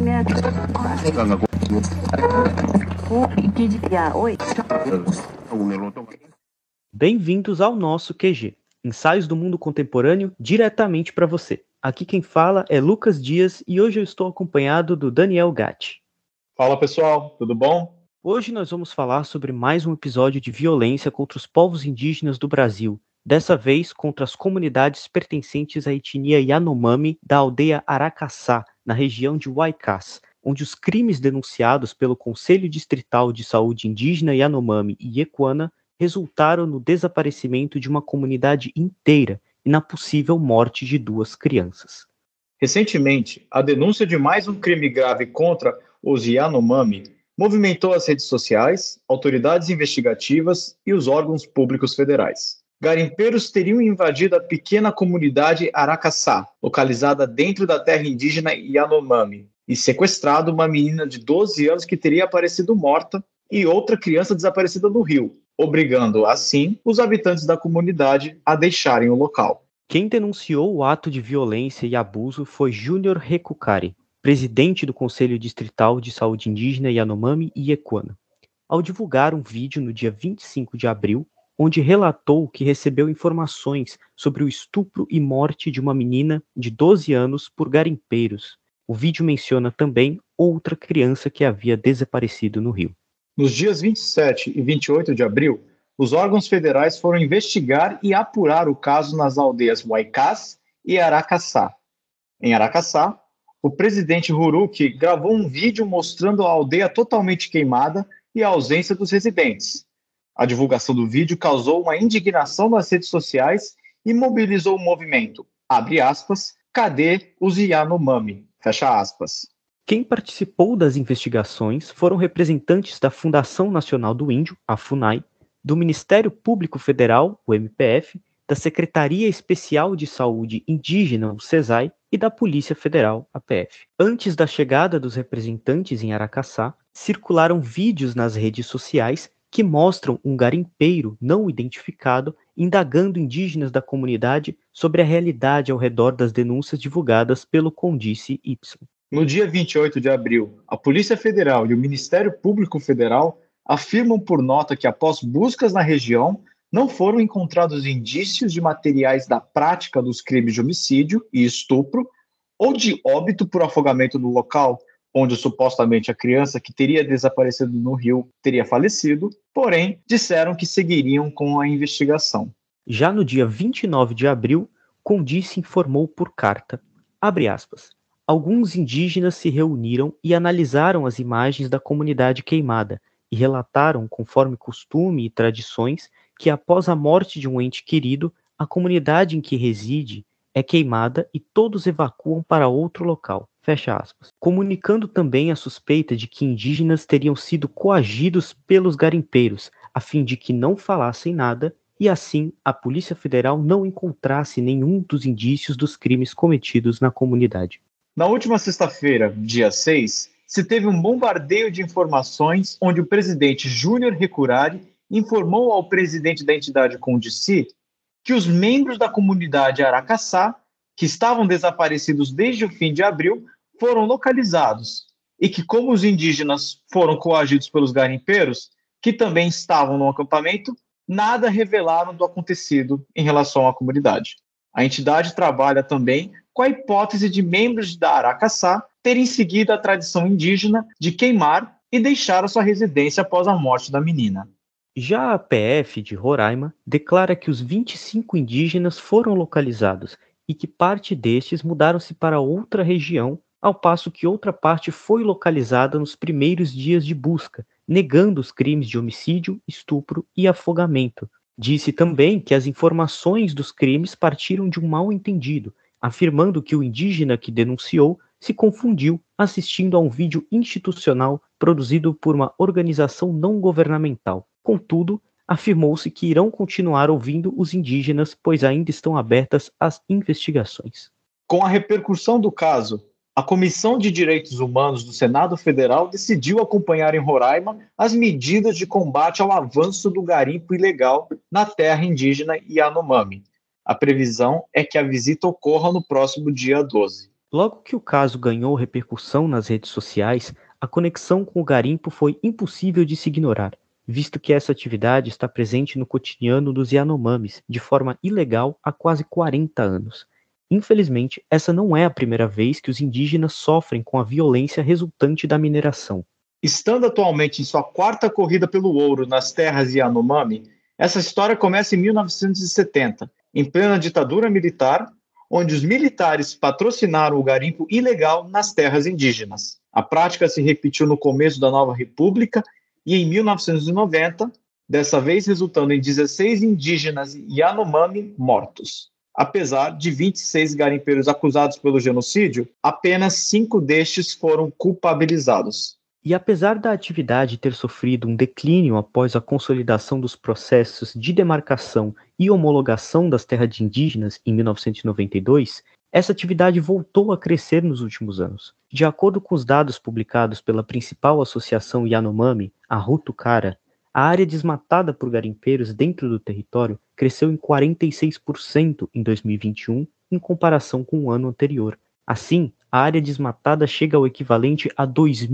Bem-vindos ao nosso QG, Ensaios do Mundo Contemporâneo, diretamente para você. Aqui quem fala é Lucas Dias e hoje eu estou acompanhado do Daniel Gatti. Fala pessoal, tudo bom? Hoje nós vamos falar sobre mais um episódio de violência contra os povos indígenas do Brasil, dessa vez contra as comunidades pertencentes à etnia Yanomami da aldeia Aracaçá, na região de Huaycás, onde os crimes denunciados pelo Conselho Distrital de Saúde Indígena Yanomami e Yequana resultaram no desaparecimento de uma comunidade inteira e na possível morte de 2 crianças. Recentemente, a denúncia de mais um crime grave contra os Yanomami movimentou as redes sociais, autoridades investigativas e os órgãos públicos federais. Garimpeiros teriam invadido a pequena comunidade Aracaçá, localizada dentro da terra indígena Yanomami, e sequestrado uma menina de 12 anos que teria aparecido morta e outra criança desaparecida no rio, obrigando, assim, os habitantes da comunidade a deixarem o local. Quem denunciou o ato de violência e abuso foi Júnior Recucari, presidente do Conselho Distrital de Saúde Indígena Yanomami e Yequana, ao divulgar um vídeo no dia 25 de abril, onde relatou que recebeu informações sobre o estupro e morte de uma menina de 12 anos por garimpeiros. O vídeo menciona também outra criança que havia desaparecido no rio. Nos dias 27 e 28 de abril, os órgãos federais foram investigar e apurar o caso nas aldeias Huaycás e Aracaçá. Em Aracaçá, o presidente Huruki gravou um vídeo mostrando a aldeia totalmente queimada e a ausência dos residentes. A divulgação do vídeo causou uma indignação nas redes sociais e mobilizou o movimento, abre aspas, cadê os Yanomami, fecha aspas. Quem participou das investigações foram representantes da Fundação Nacional do Índio, a FUNAI, do Ministério Público Federal, o MPF, da Secretaria Especial de Saúde Indígena, o SESAI, e da Polícia Federal, a PF. Antes da chegada dos representantes em Aracaçá, circularam vídeos nas redes sociais que mostram um garimpeiro não identificado indagando indígenas da comunidade sobre a realidade ao redor das denúncias divulgadas pelo Condice Y. No dia 28 de abril, a Polícia Federal e o Ministério Público Federal afirmam por nota que, após buscas na região, não foram encontrados indícios de materiais da prática dos crimes de homicídio e estupro ou de óbito por afogamento no local, onde supostamente a criança que teria desaparecido no rio teria falecido, porém, disseram que seguiriam com a investigação. Já no dia 29 de abril, Condice informou por carta, abre aspas, alguns indígenas se reuniram e analisaram as imagens da comunidade queimada e relataram, conforme costume e tradições, que após a morte de um ente querido, a comunidade em que reside é queimada e todos evacuam para outro local, fecha aspas. Comunicando também a suspeita de que indígenas teriam sido coagidos pelos garimpeiros, a fim de que não falassem nada e assim a Polícia Federal não encontrasse nenhum dos indícios dos crimes cometidos na comunidade. Na última sexta-feira, dia 6, se teve um bombardeio de informações onde o presidente Júnior Recucari informou ao presidente da entidade Condici que os membros da comunidade Aracaçá, que estavam desaparecidos desde o fim de abril, foram localizados e que, como os indígenas foram coagidos pelos garimpeiros, que também estavam no acampamento, nada revelaram do acontecido em relação à comunidade. A entidade trabalha também com a hipótese de membros da Aracaçá terem seguido a tradição indígena de queimar e deixar a sua residência após a morte da menina. Já a PF de Roraima declara que os 25 indígenas foram localizados e que parte destes mudaram-se para outra região, ao passo que outra parte foi localizada nos primeiros dias de busca, negando os crimes de homicídio, estupro e afogamento. Disse também que as informações dos crimes partiram de um mal-entendido, afirmando que o indígena que denunciou se confundiu assistindo a um vídeo institucional produzido por uma organização não governamental. Contudo, afirmou-se que irão continuar ouvindo os indígenas, pois ainda estão abertas as investigações. Com a repercussão do caso, a Comissão de Direitos Humanos do Senado Federal decidiu acompanhar em Roraima as medidas de combate ao avanço do garimpo ilegal na terra indígena Yanomami. A previsão é que a visita ocorra no próximo dia 12. Logo que o caso ganhou repercussão nas redes sociais, a conexão com o garimpo foi impossível de se ignorar, visto que essa atividade está presente no cotidiano dos Yanomamis de forma ilegal há quase 40 anos. Infelizmente, essa não é a primeira vez que os indígenas sofrem com a violência resultante da mineração. Estando atualmente em sua quarta corrida pelo ouro nas terras Yanomami, essa história começa em 1970, em plena ditadura militar, onde os militares patrocinaram o garimpo ilegal nas terras indígenas. A prática se repetiu no começo da nova república e em 1990, dessa vez resultando em 16 indígenas Yanomami mortos. Apesar de 26 garimpeiros acusados pelo genocídio, apenas 5 destes foram culpabilizados. E apesar da atividade ter sofrido um declínio após a consolidação dos processos de demarcação e homologação das terras indígenas em 1992, essa atividade voltou a crescer nos últimos anos. De acordo com os dados publicados pela principal associação Yanomami, a Rutucara, a área desmatada por garimpeiros dentro do território cresceu em 46% em 2021, em comparação com o ano anterior. Assim, a área desmatada chega ao equivalente a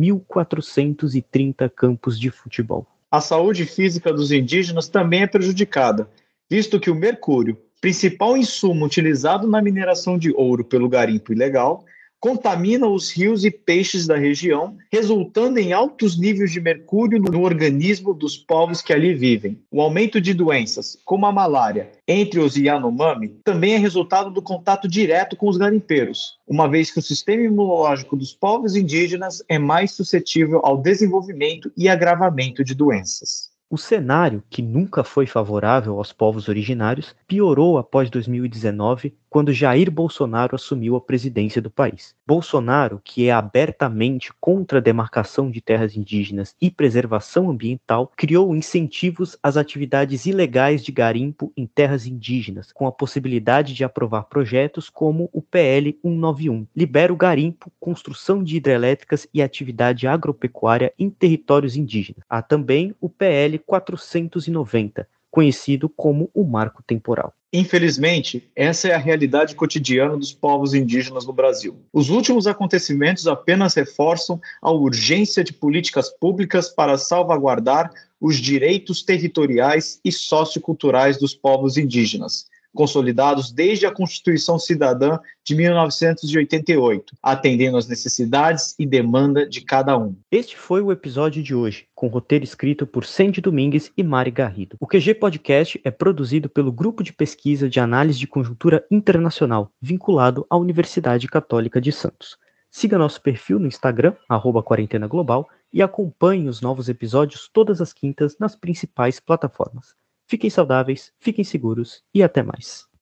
2.430 campos de futebol. A saúde física dos indígenas também é prejudicada, visto que o mercúrio, principal insumo utilizado na mineração de ouro pelo garimpo ilegal, contamina os rios e peixes da região, resultando em altos níveis de mercúrio no organismo dos povos que ali vivem. O aumento de doenças, como a malária, entre os Yanomami, também é resultado do contato direto com os garimpeiros, uma vez que o sistema imunológico dos povos indígenas é mais suscetível ao desenvolvimento e agravamento de doenças. O cenário, que nunca foi favorável aos povos originários, piorou após 2019, quando Jair Bolsonaro assumiu a presidência do país. Bolsonaro, que é abertamente contra a demarcação de terras indígenas e preservação ambiental, criou incentivos às atividades ilegais de garimpo em terras indígenas, com a possibilidade de aprovar projetos como o PL 191, libera o garimpo, construção de hidrelétricas e atividade agropecuária em territórios indígenas. Há também o PL 490, conhecido como o Marco Temporal. Infelizmente, essa é a realidade cotidiana dos povos indígenas no Brasil. Os últimos acontecimentos apenas reforçam a urgência de políticas públicas para salvaguardar os direitos territoriais e socioculturais dos povos indígenas, consolidados desde a Constituição Cidadã de 1988, atendendo às necessidades e demanda de cada um. Este foi o episódio de hoje, com roteiro escrito por Sandy Domingues e Mari Garrido. O QG Podcast é produzido pelo Grupo de Pesquisa de Análise de Conjuntura Internacional, vinculado à Universidade Católica de Santos. Siga nosso perfil no Instagram, @Quarentena Global, e acompanhe os novos episódios todas as quintas nas principais plataformas. Fiquem saudáveis, fiquem seguros e até mais.